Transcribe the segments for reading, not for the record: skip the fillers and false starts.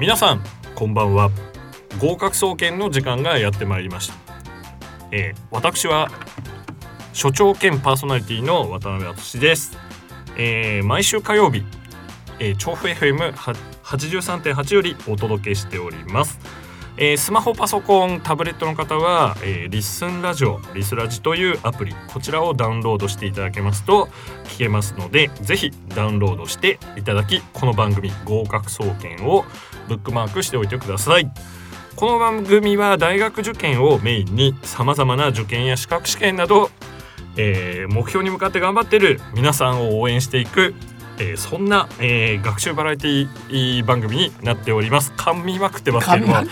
皆さんこんばんは。合格総研の時間がやってまいりました。私は所長兼パーソナリティの渡辺敦です。毎週火曜日、調布 FM83.8 よりお届けしております。スマホパソコンタブレットの方は、リッスンラジオリスラジというアプリ、こちらをダウンロードしていただけますと聞けますので、ぜひダウンロードしていただき、この番組合格総研をブックマークしておいてください。この番組は大学受験をメインにさまざまな受験や資格試験など、目標に向かって頑張っている皆さんを応援していく、そんな、学習バラエティ番組になっております。噛みまくってますけども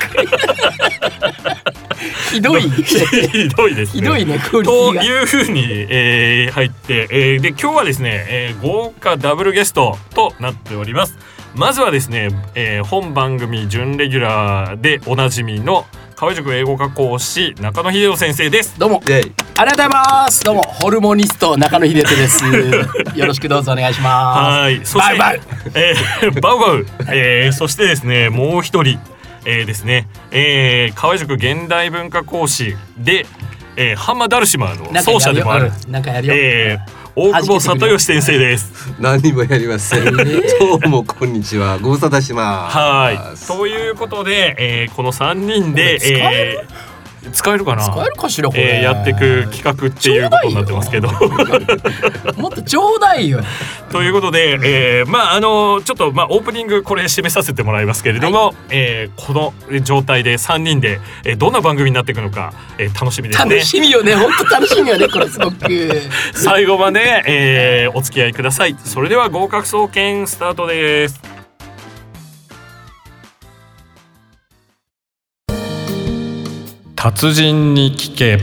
ひどいひどいですね。 ひどいね、クオリティがというふうに、入って、で今日はですね、豪華ダブルゲストとなっております。まずはですね、本番組準レギュラーでおなじみの河合塾英語科講師中野秀夫先生です。 どうもありがとうございます。どうもホルモニスト中野秀人ですよろしくどうぞお願いします。 はい、そしてバウバウバウ、そしてですね、もう一人、ですね、河合塾現代文化講師で、ハンマーダルシマーの奏者でもある、 なんかやるよ、 大久保里義先生です。 何もやりません、どうもこんにちは、ご無沙汰します。 はい、ということで、この3人で、使えるかな、 使えるかしらこれ、 やっていく企画っていうことになってますけどもっとちょうだいよということで、ちょっと、オープニングこれ締めさせてもらいますけれども、この状態で3人で、どんな番組になっていくのか、楽しみですね。 楽しみよね、本当楽しみよねこれすごく最後まで、お付き合いください。それでは合格総研スタートです。達人に聞け。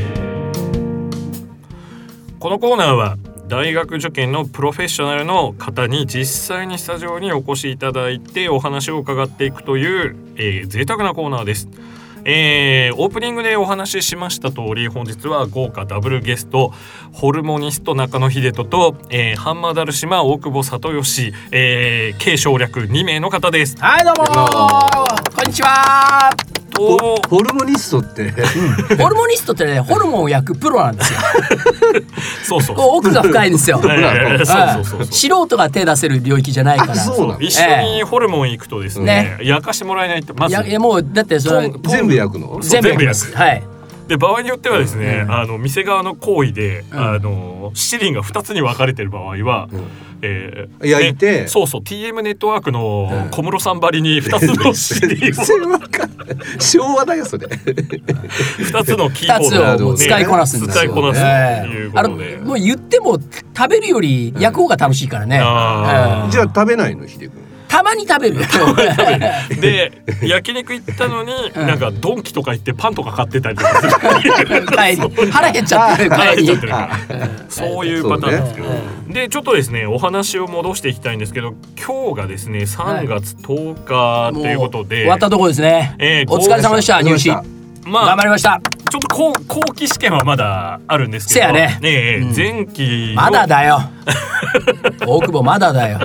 このコーナーは大学受験のプロフェッショナルの方に実際にスタジオにお越しいただいてお話を伺っていくという、贅沢なコーナーです。オープニングでお話ししました通り、本日は豪華ダブルゲストホルモニスト中野秀人と、ハンマーダルシマ大久保里義、計省略2名の方です。 はい、どうもこんにちは。 ホルモニストって、 ホルモニストってね、ホルモンを焼くプロなんですよそうそう奥が深いんですよそう素人が手出せる領域じゃないから。 そう一緒にホルモン行くとですね、焼かしてもらえないとまずいやもうだってそれ全部焼くの？ 全部焼きます。はい。 で場合によってはですね、店側の行為で、七輪が2つに分かれてる場合は、 焼いて、 そうそう TM ネットワークの小室さんばりに2つの七輪を昭和だよそれ 2つのキーボードを、 使いこなすんですよ。 使いこなすということで、 もう言っても食べるより焼く方が楽しいからね。 じゃあ食べないの秀君？ たまに食べるで焼肉行ったのに、なんかドンキとか行ってパンとか買ってたりとかする腹減っちゃってる腹減っちゃってるからそういうパターンなんですけど、でちょっとですねお話を戻していきたいんですけど、今日がですね3月10日ということで、 終わったところですね。お疲れ様でした。入試頑張りました。 ちょっと後期試験はまだあるんですけど、 せやね、 前期まだだよ大久保まだだよ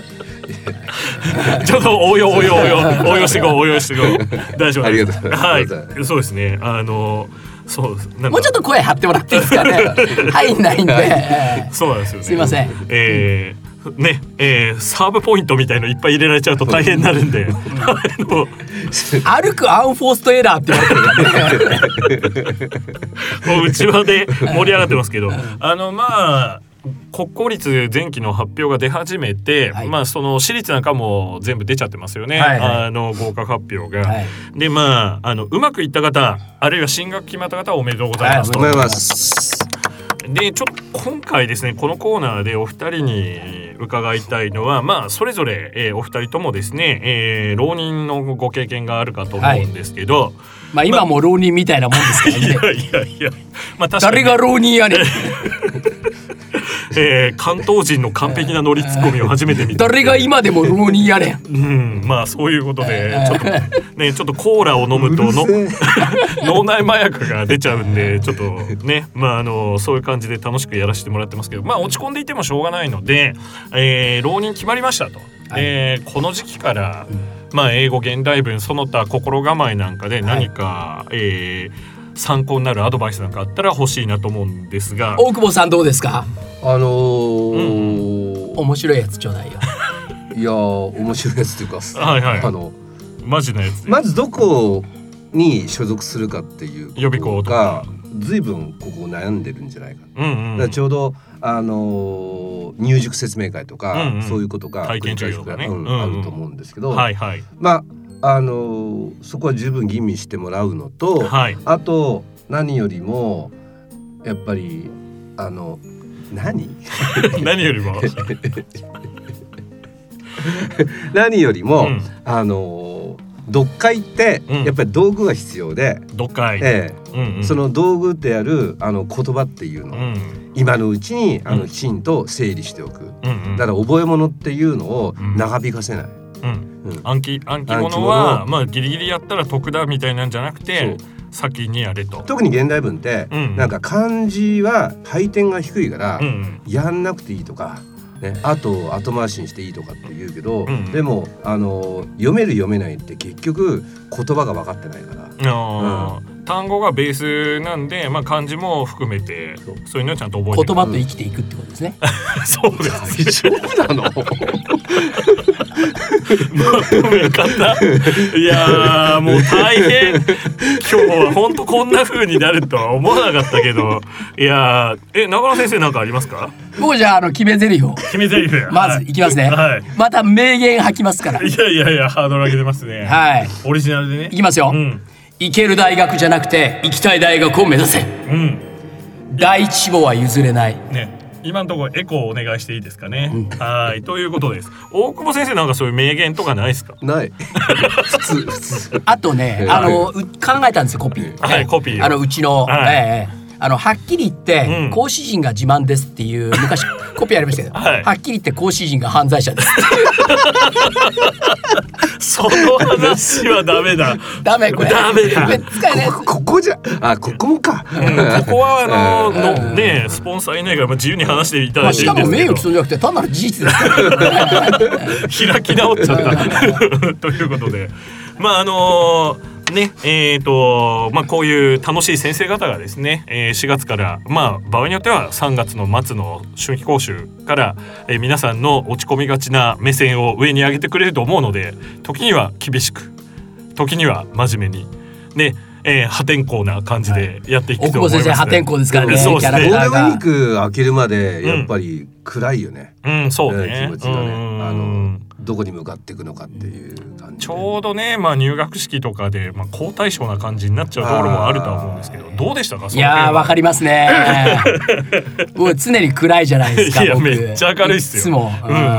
ちょっと応用していこう大丈夫です。 ありがとうございます。 はい、そうですね、そうなんもうちょっと声張ってもらっていいですかね入んないんでそうなんですよね。 すいません。 サーブポイントみたいのいっぱい入れられちゃうと大変になるんで歩くアンフォーストエラーって言われてるもう内輪で盛り上がってますけど、国公立前期の発表が出始めて、その私立なんかも全部出ちゃってますよね、合格発表が、でうまくいった方、あるいは進学決まった方はおめでとうございますと。 おめでとうございます。 でちょっと今回ですね、このコーナーでお二人に伺いたいのは、それぞれ、お二人ともですね、浪人のご経験があるかと思うんですけど、 今も浪人みたいなもんですからね。 いや、確かに誰が浪人やねん関東人の完璧な乗りツッコミを初めて見た。 誰が今でも浪人やねん。 そういうことでちょっとコーラを飲むと脳内麻薬が出ちゃうんで、ちょっとね、そういう感じで楽しくやらせてもらってますけど、落ち込んでいてもしょうがないので、浪人決まりましたと、この時期から英語現代文その他心構えなんかで何か、参考になるアドバイスなんかあったら欲しいなと思うんですが、 大久保さんどうですか？面白いやつちょうだいよ。 いや面白いやつというか、 はいはい、マジなやつ。 まずどこに所属するかっていう予備校とか随分ここ悩んでるんじゃないかな、 うんうん、 だからちょうど入塾説明会とか、 うんうん、 そういうことが体験授業とかね、 あると思うんですけど、 はいはい、 そこは十分吟味してもらうのと、 はい、 あと何よりもやっぱり何よりも何よりも、読解ってやっぱり道具が必要で、 読解、 その道具である言葉っていうのを、今のうちにきちんと整理しておく、だから覚え物っていうのを長引かせない、暗記物はギリギリやったら得だみたいなんじゃなくて先にやれと。特に現代文って、なんか漢字は配点が低いから、やんなくていいとかね、後回しにしていいとかって言うけど、でも読める読めないって結局言葉が分かってないから、単語がベースなんで、漢字も含めてそういうのをちゃんと覚えて言葉と生きていくってことですね。 そうです。 大丈夫なの？ まとめ方いやもう大変。今日は本当こんな風になるとは思わなかったけど、いや中野先生なんかありますか？ 僕じゃあ決め台詞をまずいきますね、はい、また名言吐きますから。 いやハードル上げてますね。はい、オリジナルでね。 いきますよ、行ける大学じゃなくて行きたい大学を目指せ、第一志望は譲れないね。今のところエコーお願いしていいですかね、はいということです。大久保先生なんかそういう名言とかないですか？ ない普通あとね、考えたんですよコピー、 はい、コピーうちの、はっきり言って、講師陣が自慢ですっていう昔コピーありましたけど、はっきり言って講師陣が犯罪者ですその話はダメだダメこれダメだ使えない。 ここじゃここもか、 ここはねスポンサーいないから自由に話していただいていいんですけど、 しかも名誉毀損じゃなくて単なる事実ですから開き直っちゃったということでねこういう楽しい先生方がですね、4月から場合によっては3月の末の春季講習から、皆さんの落ち込みがちな目線を上に上げてくれると思うので、時には厳しく時には真面目にね、破天荒な感じでやっていくと思います、ね。大久保先生破天荒ですからね。 そうですね。 ゴールデンウィーク明けるまでやっぱり暗いよね。 そうね。 気持ちがね。どこに向かっていくのかっていう感じで。 ちょうどね、入学式とかで好対象な感じになっちゃうところもあるとは思うんですけど、どうでしたか？ いやわかりますね。僕常に暗いじゃないですか。 いやめっちゃ明るいっすよ。 いつも。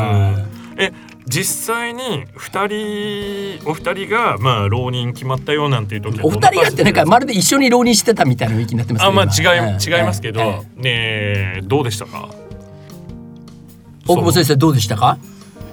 実際にお二人が浪人決まったよなんていう時はお二人がってなんかまるで一緒に浪人してたみたいな雰囲気になってますけど、 違いますけど、ねどうでしたか？ 大久保先生どうでしたか？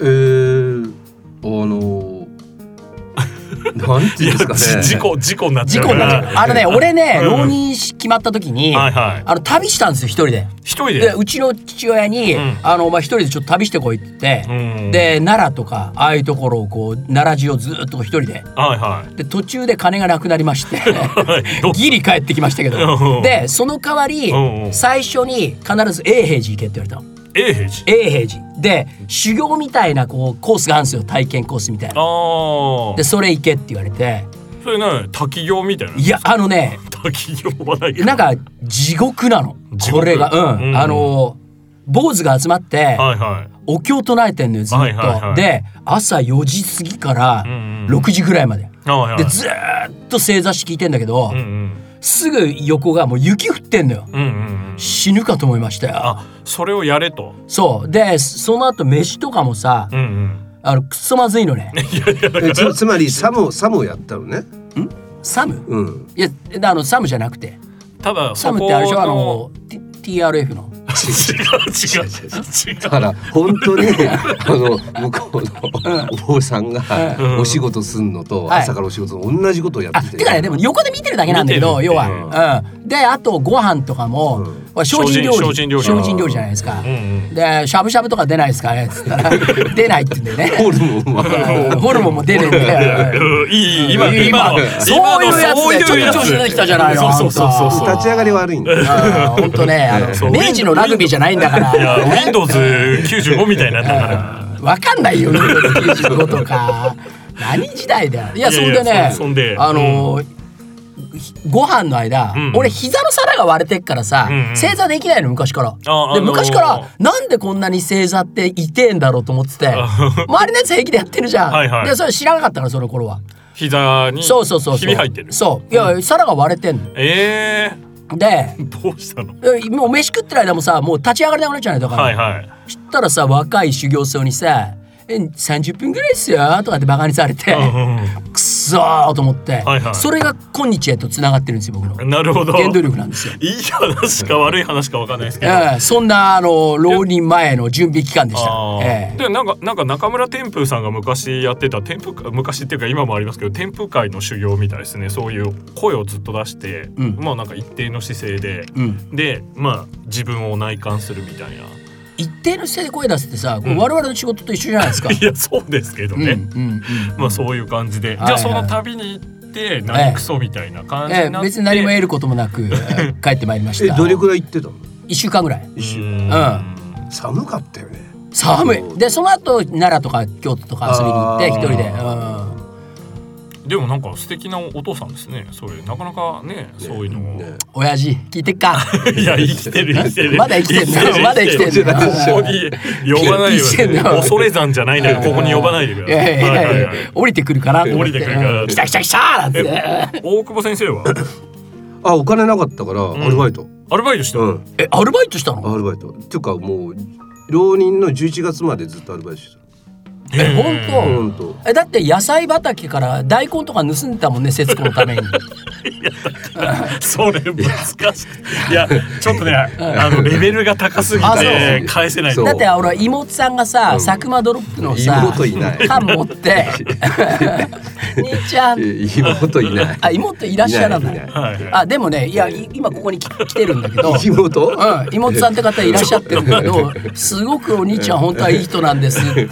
なんていうんですかね。 事故になっちゃう。 俺ね、浪人決まった時に、旅したんですよ一人で。でうちの父親に、一人でちょっと旅してこいって言って、で奈良とかああいうところをこう奈良寺をずっと一人で、で途中で金がなくなりましてギリ帰ってきましたけど、でその代わり最初に必ず永平寺行けって言われたの。永平寺で修行みたいなコースがあるんですよ。体験コースみたいな。でそれ行けって言われて。 それ滝行みたいな。 いや滝行はないか。 なんか地獄なのこれが。坊主が集まって、お経唱えてんのよずっと。で朝4時過ぎから6時ぐらいまで、でずーっと正座して聞いてんだけど、すぐ横がもう雪降ってんのよ、死ぬかと思いましたよ。 それをやれと。そうでその後飯とかもさ、くっそまずいのね。 つまりサムをやったのね。 サム？いやサムじゃなくて、 ただサムってあれでしょ、TRF の。 違う。 だから本当に向こうのお坊さんがお仕事すんのと朝からお仕事の同じことをやってて。 てかね、でも横で見てるだけなんだけど、要はであとご飯とかも、精進料理じゃないですか、でしゃぶしゃぶとか出ないですかねっつったら出ないって言うんだよね。ホルモンも出ねえんだよ。今そういうやつでちょっと調子出てきたじゃないの。 立ち上がり悪いんだよ。 本当ね、明治のラグビーじゃないんだから。 Windows95 みたいなんだから。 わかんないよ Windows95 とか。何時代だよ。いやそれでね、ご飯の間、俺膝の皿が割れてっからさ、正座できないの昔から。で昔からなんでこんなに正座って痛えんだろうと思ってて、周りのやつ平気でやってるじゃん。でそれ知らなかったからその頃は。 膝にひび入ってる。 そういや皿が割れてんの。でどうしたの？ もう飯食ってる間もさ、もう立ち上がれなくなっちゃうねだから。知ったらさ、若い修行僧にさ、30分ぐらいっすよとかってバカにされて、くそーと思って、それが今日へとつながってるんですよ僕の。 なるほど。 原動力なんですよ。 いい話か悪い話か分かんないですけど、 そんな浪人前の準備期間でした。 でなんか中村天風さんが昔やってた昔っていうか今もありますけど天風会の修行みたいですね。そういう声をずっと出して、まあなんか一定の姿勢で、でまあ自分を内観するみたいな。 一定の姿勢で声出すってさ、我々の仕事と一緒じゃないですか。 いやそうですけどね。まあそういう感じで、じゃあその旅に行って何クソみたいな感じになって、 別に何も得ることもなく帰ってまいりました。 どれくらい行ってたの ？1週間ぐらい。 寒かったよね。 寒い。でその後奈良とか京都とか遊びに行って一人で。 でもなんか素敵なお父さんですね。それなかなかね、そういうのを。 親父聞いてっか。 いや生きてるまだ生きてるまだ生きてる。 ここに呼ばないよ。恐れ山じゃないんだけどここに呼ばないでください。 降りてくるから降りてくるから来たなんて。 大久保先生はお金なかったからアルバイトした。 アルバイトしたの？ アルバイトっていうかもう浪人の11月までずっとアルバイトしてた。 本当。だって野菜畑から大根とか盗んでたもんね、節子のために。 それ難しい。いやちょっとねレベルが高すぎて返せない。 だって俺妹さんがさ、佐久間ドロップのさ缶持って兄ちゃん妹いない。 妹いらっしゃらない。でもね、いや今ここに来てるんだけど、妹さんって方いらっしゃってるんだけど、すごくお兄ちゃん本当はいい人なんですって。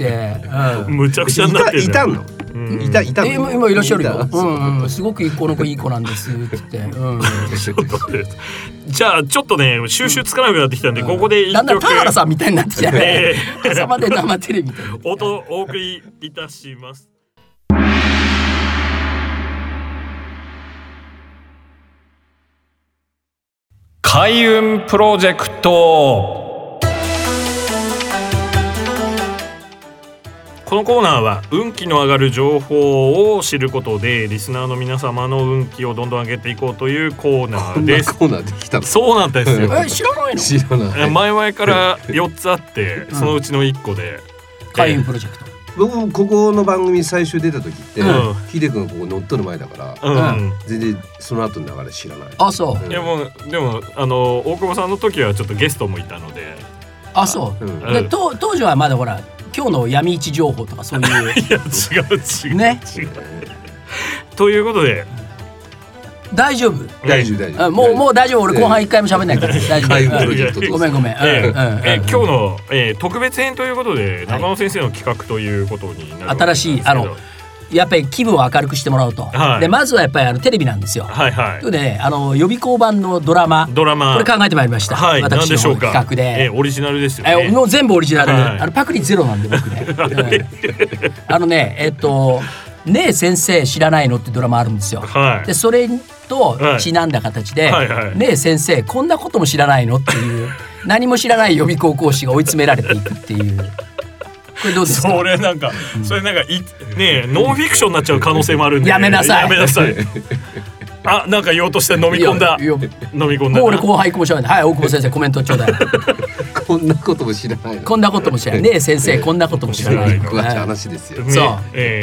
むちゃくちゃになってる。 いたの？ 今いらっしゃるよ。すごくこの子いい子なんですって言って。 じゃあちょっとね収集つかなくなってきたんで、ここで一曲。 だんだん田原さんみたいになってきたね。朝まで生テレビ音お送りいたします。開運プロジェクト。このコーナーは運気の上がる情報を知ることでリスナーの皆様の運気をどんどん上げていこうというコーナーです。 こんなコーナーできたの？ そうなんですよ。 知らないの？ 知らない。 前々から4つあってそのうちの1個で開運プロジェクト。 僕ここの番組最初出た時ってヒデ君がここ乗っ取る前だから全然その後の流れ知らない。 そう。 いやもうでも大久保さんの時はちょっとゲストもいたので。 そう。で当時はまだほら今日の闇市情報とかそういう。 いや違うね。 ということで大丈夫。 もう大丈夫。俺後半一回も喋んないから大丈夫。ごめん。今日の特別編ということで中野先生の企画ということになる。 新しいやっぱり気分を明るくしてもらおうと。でまずはやっぱりテレビなんですよ。というで予備校版のドラマこれ考えてまいりました。私の企画でオリジナルですよね。 もう全部オリジナル。パクリゼロなんで僕ね。ねえ先生知らないのってドラマあるんですよ。でそれとちなんだ形でねえ先生こんなことも知らないのっていう何も知らない予備校講師が追い詰められていくっていう。これどうですか？ それなんかねえノンフィクションになっちゃう可能性もあるんでやめなさい。 なんか言おうとして飲み込んだ。 もう俺後輩行くもしょうがない。大久保先生コメントちょうだい。 こんなことも知らない。 こんなことも知らない。ねえ先生こんなことも知らない。 詳しい話ですよ。 そう。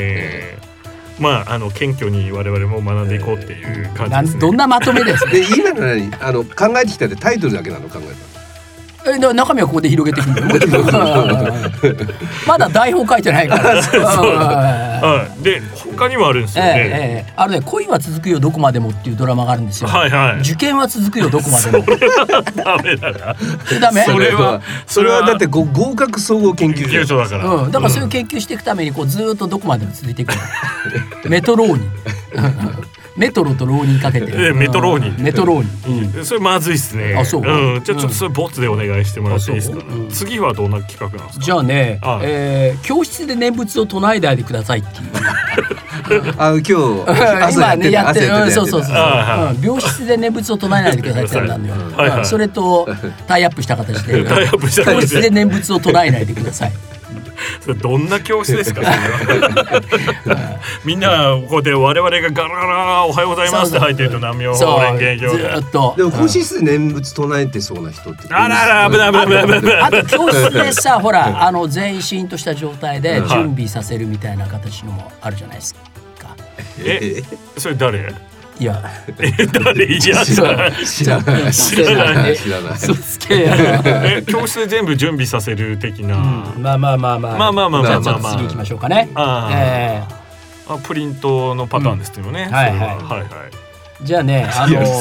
謙虚に我々も学んでいこうっていう感じですね。 どんなまとめですか？ で今の何考えてきたってタイトルだけなの考えた。 中身はここで広げていくんだよ。まだ台本書いてないから。 で他にもあるんですよね。 恋は続くよどこまでもっていうドラマがあるんですよ。受験は続くよどこまでも。 ダメだな。 ダメ。 それはだって合格総合研究所だから。 だからそういう研究していくためにずっとどこまでも続いていくの。メトローニ。メトロと浪人かけてメトローニメトローニ、それまずいっすね。 あ、そう。 じゃあちょっとそれボツでお願いしてもらっていいですか。次はどんな企画なんですか。 じゃあね、教室で念仏を唱えないでくださいっていう今日今ねやってる、そう病室で念仏を唱えないでくださいってなんだよ。それとタイアップした形で教室で念仏を唱えないでください。 どんな教室ですか。みんなここで我々がガラガラおはようございますって入ってると南無蓮華経でずっとでも講師室で念仏唱えてそうな人ってあら危ない危ない危ない危ない。 あと教室でさほら全員シーンとした状態で準備させるみたいな形のもあるじゃないですか。 それ誰？ いや誰？いや知らない知らないそうつけや教室で全部準備させる的な。 まあ次行きましょうかね。 プリントのパターンですけどね。 じゃあね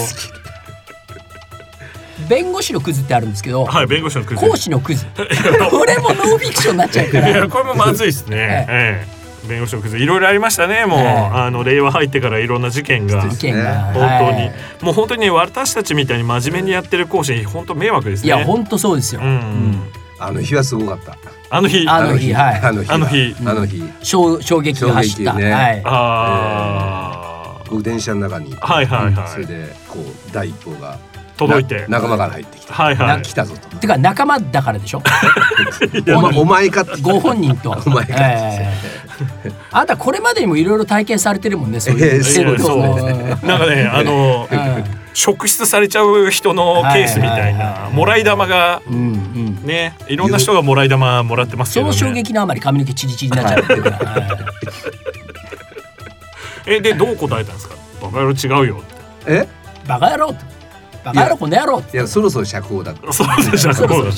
弁護士のクズってあるんですけど、 弁護士のクズ、 講師のクズこれもノンフィクションになっちゃうから。 これもまずいですね。弁護士のクズいろいろありましたね。もう令和入ってからいろんな事件が本当にもう本当に私たちみたいに真面目にやってる講師本当迷惑ですね。 いや本当そうですよ。 あの日はすごかった。 あの日衝撃が走った。 僕電車の中にそれでこう第一報が届いて仲間から入ってきた。来たぞと。 てか仲間だからでしょ。 お前かご本人と。 お前か。 あんたこれまでにもいろいろ体験されてるもんね。そうなんかね職質されちゃう人のケースみたいなもらい玉がねいろんな人がもらい玉もらってますけどね。 その衝撃のあまり髪の毛チリチリになっちゃってるから。 でどう答えたんですか。バカ野郎違うよって。 バカ野郎って。バカ野郎この野郎って。 いやそろそろ釈放だ。 そろそろ釈放だ。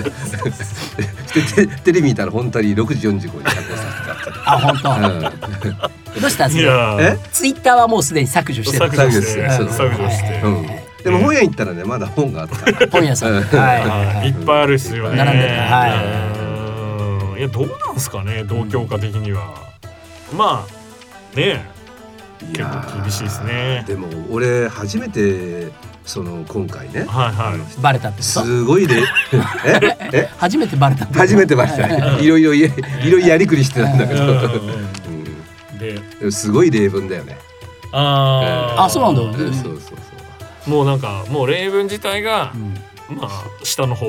テレビ見たら本当に6時45分に釈放された。あ本当。どうしたんですか。ツイッターはもうすでに削除してる。 削除して。 でも本屋行ったらねまだ本があった。 本屋さん。 いっぱいあるっすよね。 並んでる。 いやどうなんですかね同教科的には。まあね結構厳しいですね。 でも俺初めて今回ねバレたってすごい初めてバレたって初めてバレた。いろいろやりくりしてたんだけどすごい例文だよね。 そうなんだ。 もうなんかもう例文自体がまあ下の方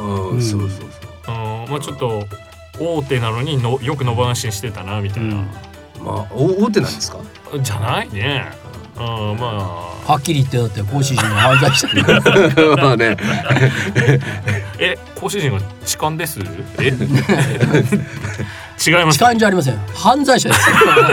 まあちょっと大手なのによく野放しにしてたなみたいな。 まあ大手なんですか。 じゃないね。まあはっきり言ってだって講師陣が犯罪した。 まあね。 講師陣が痴漢です。違います。 痴漢じゃありません。犯罪者です。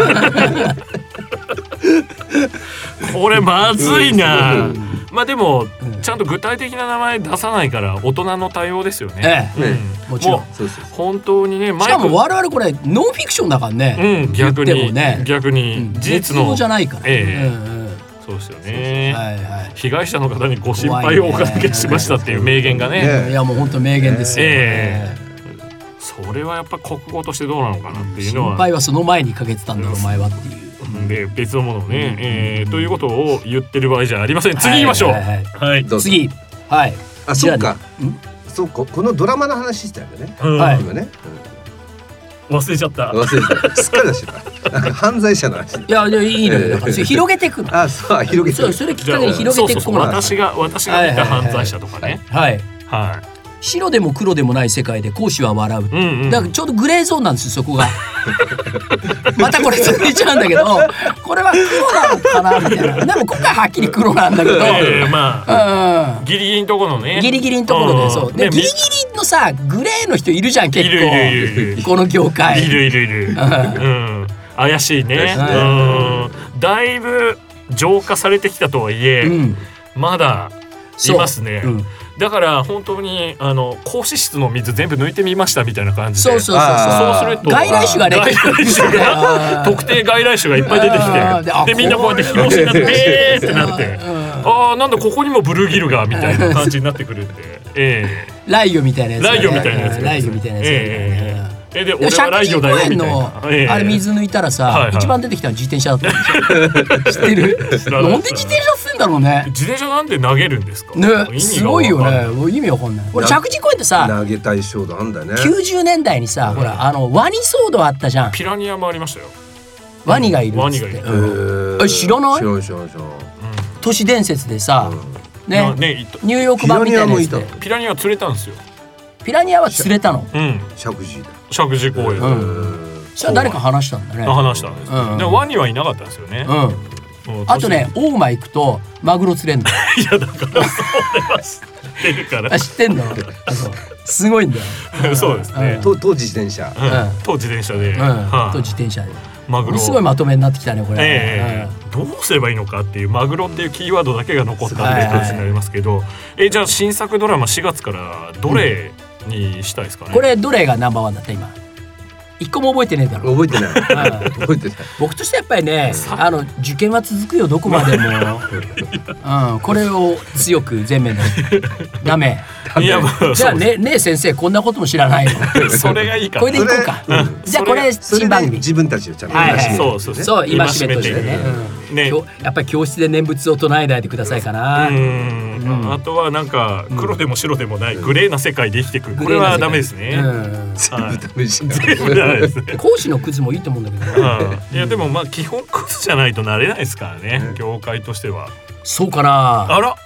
これまずいな。まあでもちゃんと具体的な名前出さないから大人の対応ですよね。 もちろん本当にね。 しかも我々これノンフィクションだからね。 逆に事実のじゃないから。 そうですよね。被害者の方にご心配をおかけしましたっていう名言がね。 いやもう本当名言ですよ。 それはやっぱ国語としてどうなのかなっていうのは。 心配はその前にかけてたんだお前はっていう。 で別のものをね、ということを言ってる場合じゃありません。次行きましょう。 次そうかそうかこのドラマの話したんだね。今ね忘れちゃった。 すっかりだしなんか犯罪者の話。 いやいいのよ。広げていくの。 そう広げていく。 それきっかけに広げていくもの。 私が見た犯罪者とかね。 白でも黒でもない世界で講師は笑う。だからちょうどグレーゾーンなんですよそこが。またこれ続いちゃうんだけどこれは黒なのかなみたいな。でも今回はっきり黒なんだけどギリギリのところのねギリギリのところでそうでギリギリのさグレーの人いるじゃん結構この業界いる怪しいね。だいぶ浄化されてきたとはいえまだいますね。 だから本当に高脂質の水全部抜いてみましたみたいな感じで、 そうすると外来種が特定外来種がいっぱい出てきて、でみんなこうやってひもしになってってなって、なんだここにもブルーギルがみたいな感じになってくるんで、 ライギョみたいなやつ、 ライギョみたいなやつ、 ライギョみたいなやつ、 で俺はライギョだよみたいな、 あれ水抜いたらさ、一番出てきたの自転車だったんでしょ。知ってる？なんで自転車すんだろうね。 自転車なんで投げるんですか？ ね、すごいよね。意味わかんない。俺石神井公園ってさ、 投げたい衝動あんだね。 90年代にさ、ほらワニ騒動あったじゃん。 ピラニアもありましたよ。 ワニがいるっつって。知らない？都市伝説でさ、ね、ニューヨーク版みたいなやつでピラニア釣れたんですよ。 ピラニアは釣れたの。 石神井だ。 石神井公園。 それは誰か話したんだね。 話したんです。でもワニはいなかったんですよね。 あとね、大間行くとマグロ釣れんだ。 いやだからそれは知ってるから。 知ってんだ。すごいんだよ。 そうですね。 当自転車。 当自転車で。 当自転車で。 マグロ。 すごいまとめになってきたねこれ。 どうすればいいのかっていうマグロっていうキーワードだけが残ったって形になりますけど、じゃあ新作ドラマ4月からどれにしたいですかね。 これどれがナンバーワンだった今。一個も覚えてねえだろ。 覚えてない。覚えてない。 僕としてやっぱりね、受験は続くよどこまでも。これを強く前面で。ダメ。じゃあね先生こんなことも知らないの。 それがいいか。 これでいこうか。じゃあこれ新番組。 自分たちをちゃんとそう今しめとしてね。やっぱり教室で念仏を唱えないでくださいかな。 あとはなんか黒でも白でもないグレーな世界で生きていく。これはダメですね。 全部ダメじゃん。 講師のクズもいいと思うんだけど、 いやでもまあ基本クズじゃないとなれないですからね、業界としては。 そうかな。 あら、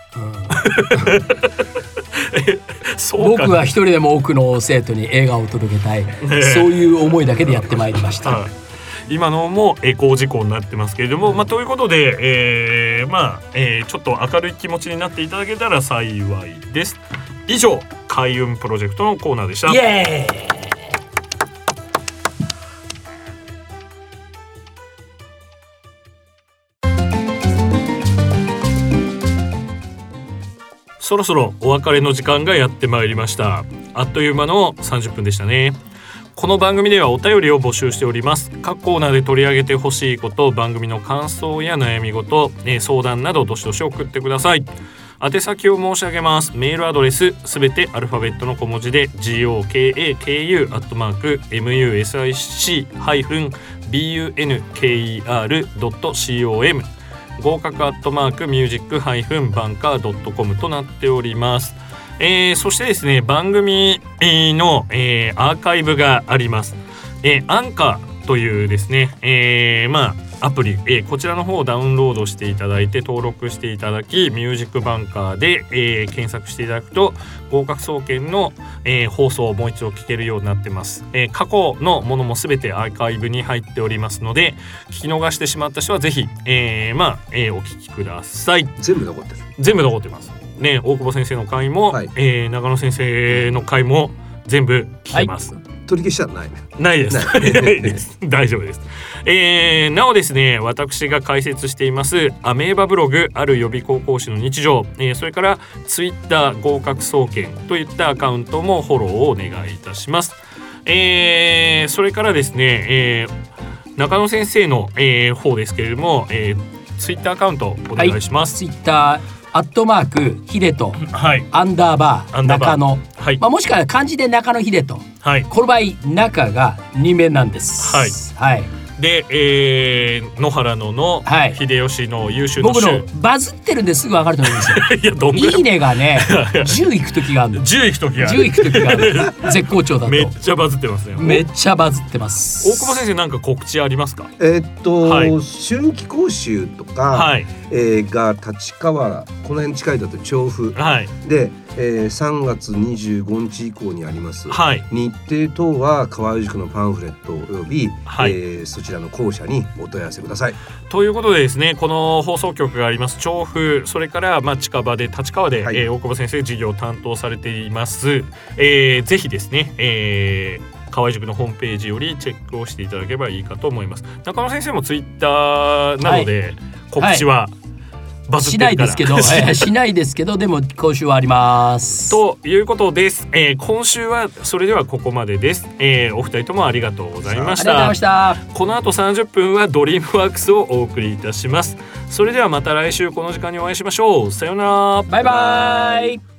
僕は一人でも多くの生徒に映画を届けたい、そういう思いだけでやってまいりました。 今のもエコー事項になってますけれども、ということで、ちょっと明るい気持ちになっていただけたら幸いです。以上開運プロジェクトのコーナーでした。 イエーイ。 そろそろお別れの時間がやってまいりました。あっという間の30分でしたね。この番組ではお便りを募集しております。各コーナーで取り上げてほしいこと、番組の感想や悩み事、相談などどしどし送ってください。宛先を申し上げます。メールアドレスすべてアルファベットの小文字で gokaku@music-bunker.com 合格@music-banker.com となっております。そしてですね、番組の、アーカイブがあります。アンカーというですね、アプリ、こちらの方をダウンロードしていただいて登録していただき、ミュージックバンカーで、検索していただくと合格総研の、放送をもう一度聞けるようになってます。過去のものもすべてアーカイブに入っておりますので、聞き逃してしまった人はぜひ、お聞きください。 全部残ってる。 全部残ってますね。大久保先生の回も、長野先生の回も全部聞けます。 取り消しはないです。大丈夫です。なおですね、私が解説していますアメーバブログ、ある予備高校生の日常、それからツイッター合格総研といったアカウントもフォローをお願いいたします。それからですね、中野先生の、方ですけれども、ツイッターアカウントお願いします。 ツイッターヒデト、アンダーバー中野、もしくは漢字で中野ヒデト、この場合中が2面なんです。 で、野原の秀吉の優秀な僕のバズってるんですぐ分かると思いますよ。いいねがね10いく時があるの。 10いく時がある。 絶好調だと。 めっちゃバズってますね。 めっちゃバズってます。 大久保先生なんか告知ありますか？ 春季講習とか、が立川、この辺近いだと調布、で、3月25日以降にあります、日程等は河合塾のパンフレットおよび、そちらの校舎にお問い合わせください。 ということでですね、この放送局があります調布、それから近場で立川で、大久保先生授業を担当されています。ぜひですね、河合塾のホームページよりチェックをしていただければいいかと思います。中野先生もツイッターなどで告知は、 バズっしてるからないですけど、しないですけど、でも今週はありますということです。今週はそれではここまでです。お二人ともありがとうございました。 ありがとうございました。 この後30分はドリームワークスをお送りいたします。それではまた来週この時間にお会いしましょう。さようなら。 バイバイ。